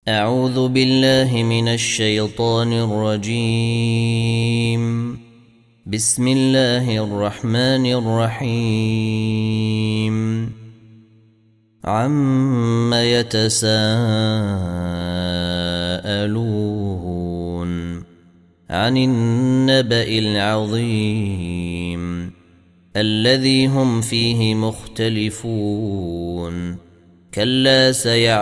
أعوذ بالله من الشيطان الرجيم. بسم الله الرحمن الرحيم. عم يتساءلون عن النبأ العظيم الذي هم فيه مختلفون كلا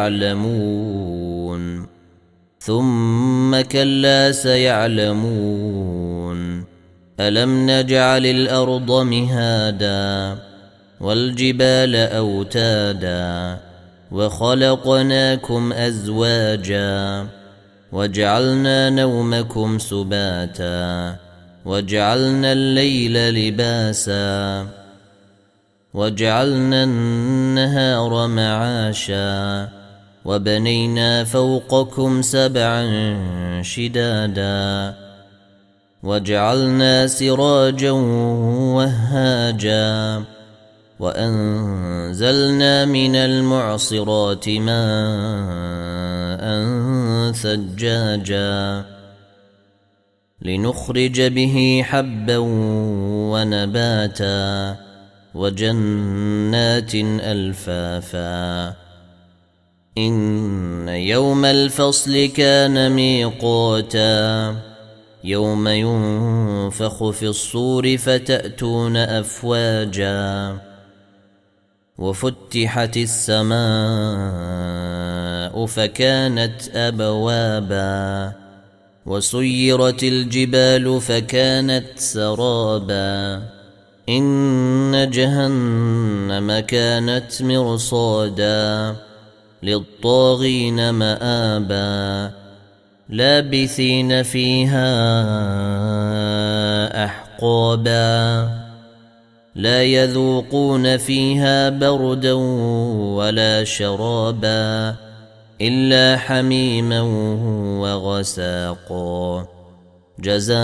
سيعلمون ثم كلا سيعلمون ألم نجعل الأرض مهادا والجبال أوتادا وخلقناكم أزواجا وجعلنا نومكم سباتا وجعلنا الليل لباسا وجعلنا النهار معاشا وبنينا فوقكم سبعا شدادا وجعلنا سراجا وهاجا وأنزلنا من المعصرات ماء ثجاجا لنخرج به حبا ونباتا وجنات ألفافا إن يوم الفصل كان ميقاتا يوم ينفخ في الصور فتأتون أفواجا وفتحت السماء فكانت أبوابا وسيرت الجبال فكانت سرابا إن جهنم كانت مرصادا للطاغين مآبا لابثين فيها أحقابا لا يذوقون فيها بردا ولا شرابا إلا حميما وغساقا جزاء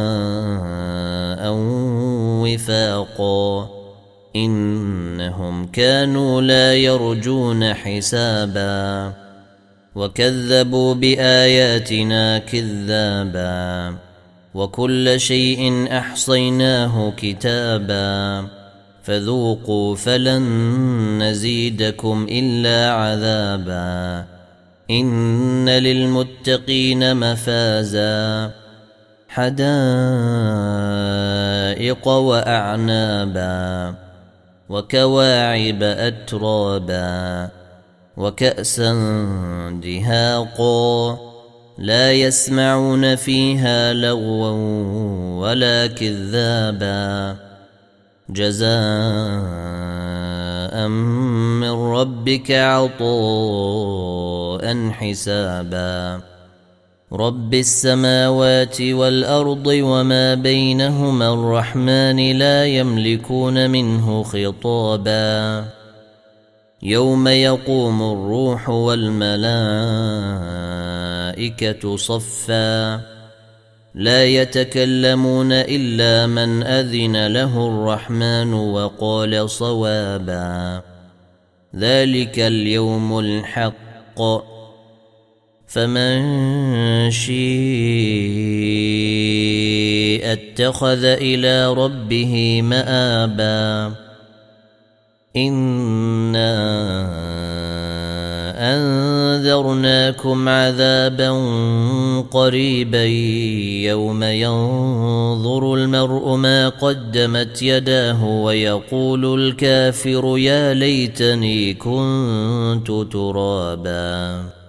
وفاقا إنهم كانوا لا يرجون حسابا وكذبوا بآياتنا كذابا وكل شيء أحصيناه كتابا فذوقوا فلن نزيدكم إلا عذابا إن للمتقين مفازا حدائق وأعنابا وكواعب أترابا وكأسا دهاقا لا يسمعون فيها لغوا ولا كذابا جزاء من ربك عطاء حسابا رب السماوات والأرض وما بينهما الرحمن لا يملكون منه خطابا يوم يقوم الروح والملائكة صفا لا يتكلمون إلا من أذن له الرحمن وقال صوابا ذلك اليوم الحق فمن شاء اتخذ إلى ربه مآبا إنا أنذرناكم عذابا قريبا يوم ينظر المرء ما قدمت يداه ويقول الكافر يا ليتني كنت ترابا.